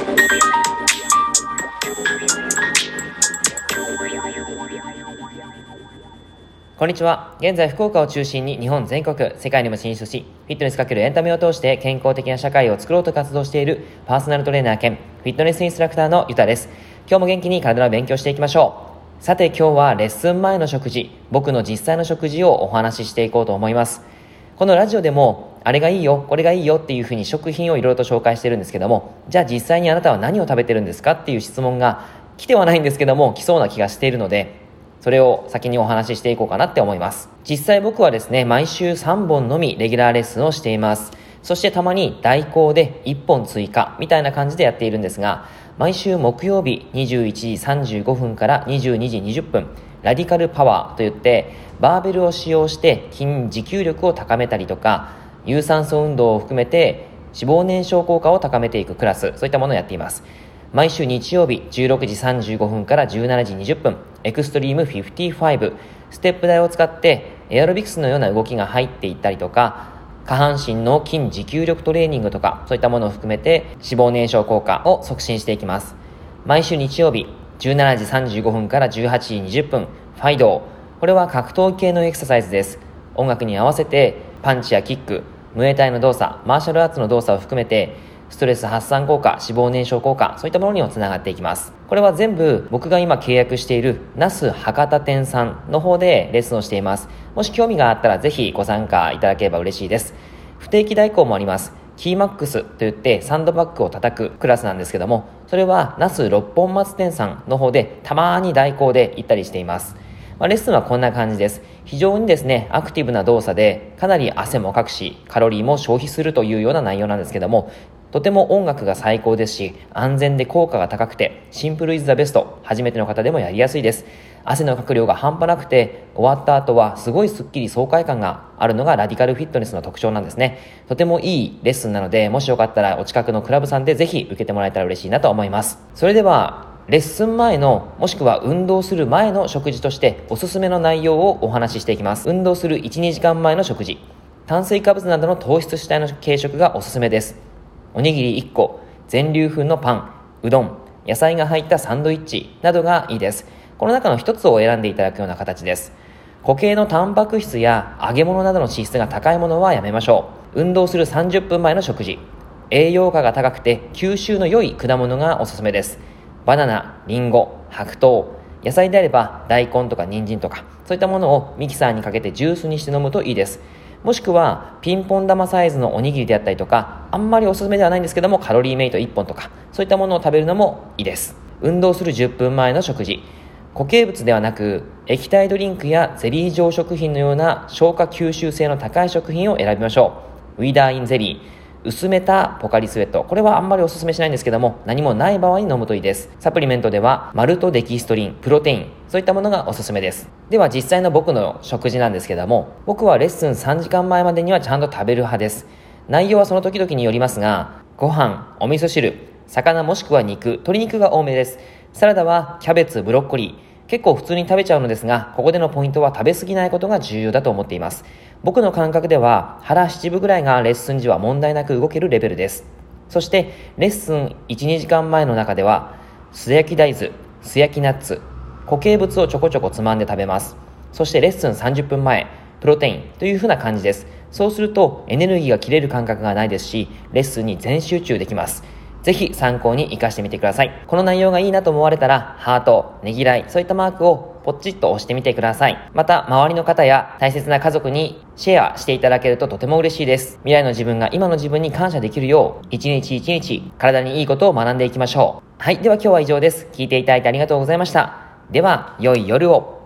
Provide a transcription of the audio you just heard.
こんにちは。現在福岡を中心に日本全国、世界にも進出し、フィットネス×エンタメを通して健康的な社会を作ろうと活動しているパーソナルトレーナー兼フィットネスインストラクターのゆたです。今日も元気に体の勉強していきましょう。さて今日はレッスン前の食事、僕の実際の食事をお話ししていこうと思います。このラジオでもあれがいいよ、これがいいよっていう風に食品をいろいろと紹介してるんですけども、じゃあ実際にあなたは何を食べてるんですかっていう質問が来てはないんですけども来そうな気がしているので、それを先にお話ししていこうかなって思います。実際僕はですね、毎週3本のみレギュラーレッスンをしています。そしてたまに代行で1本追加みたいな感じでやっているんですが、毎週木曜日21時35分から22時20分、ラディカルパワーといってバーベルを使用して筋持久力を高めたりとか、有酸素運動を含めて脂肪燃焼効果を高めていくクラス、そういったものをやっています。毎週日曜日16時35分から17時20分、エクストリーム55、ステップ台を使ってエアロビクスのような動きが入っていったりとか、下半身の筋持久力トレーニングとか、そういったものを含めて脂肪燃焼効果を促進していきます。毎週日曜日17時35分から18時20分、ファイドー。これは格闘系のエクササイズです。音楽に合わせてパンチやキック、ムエタイの動作、マーシャルアーツの動作を含めてストレス発散効果、脂肪燃焼効果、そういったものにもつながっていきます。これは全部僕が今契約している那須博多店さんの方でレッスンをしています。もし興味があったらぜひご参加いただければ嬉しいです。不定期代行もあります。キーマックスといってサンドバッグを叩くクラスなんですけども、それは那須六本松店さんの方でたまに代行で行ったりしています。レッスンはこんな感じです。非常にですね、アクティブな動作でかなり汗もかくし、カロリーも消費するというような内容なんですけども、とても音楽が最高ですし、安全で効果が高くて、シンプルイズザベスト、初めての方でもやりやすいです。汗のかく量が半端なくて、終わった後はすごいスッキリ爽快感があるのがラディカルフィットネスの特徴なんですね。とてもいいレッスンなので、もしよかったらお近くのクラブさんでぜひ受けてもらえたら嬉しいなと思います。それでは、レッスン前のもしくは運動する前の食事としておすすめの内容をお話ししていきます。運動する 1,2 時間前の食事、炭水化物などの糖質主体の軽食がおすすめです。おにぎり1個、全粒粉のパン、うどん、野菜が入ったサンドイッチなどがいいです。この中の一つを選んでいただくような形です。固形のタンパク質や揚げ物などの脂質が高いものはやめましょう。運動する30分前の食事、栄養価が高くて吸収の良い果物がおすすめです。バナナ、リンゴ、白桃、野菜であれば大根とか人参とか、そういったものをミキサーにかけてジュースにして飲むといいです。もしくはピンポン玉サイズのおにぎりであったりとか、あんまりおすすめではないんですけどもカロリーメイト1本とか、そういったものを食べるのもいいです。運動する10分前の食事、固形物ではなく液体ドリンクやゼリー状食品のような消化吸収性の高い食品を選びましょう。ウィダーインゼリー、薄めたポカリスエット、これはあんまりおすすめしないんですけども、何もない場合に飲むといいです。サプリメントではマルトデキストリン、プロテイン、そういったものがおすすめです。では実際の僕の食事なんですけども、僕はレッスン3時間前までにはちゃんと食べる派です。内容はその時々によりますが、ご飯、お味噌汁、魚もしくは肉、鶏肉が多めです。サラダはキャベツ、ブロッコリー、結構普通に食べちゃうのですが、ここでのポイントは食べ過ぎないことが重要だと思っています。僕の感覚では腹七分ぐらいがレッスン時は問題なく動けるレベルです。そしてレッスン 1,2 時間前の中では素焼き大豆、素焼きナッツ、固形物をちょこちょこつまんで食べます。そしてレッスン30分前、プロテインという風な感じです。そうするとエネルギーが切れる感覚がないですし、レッスンに全集中できます。ぜひ参考に活かしてみてください。この内容がいいなと思われたらハート、ねぎらい、そういったマークをポチッと押してみてください。また周りの方や大切な家族にシェアしていただけるととても嬉しいです。未来の自分が今の自分に感謝できるよう、一日一日体にいいことを学んでいきましょう。はい、では今日は以上です。聞いていただいてありがとうございました。では良い夜を。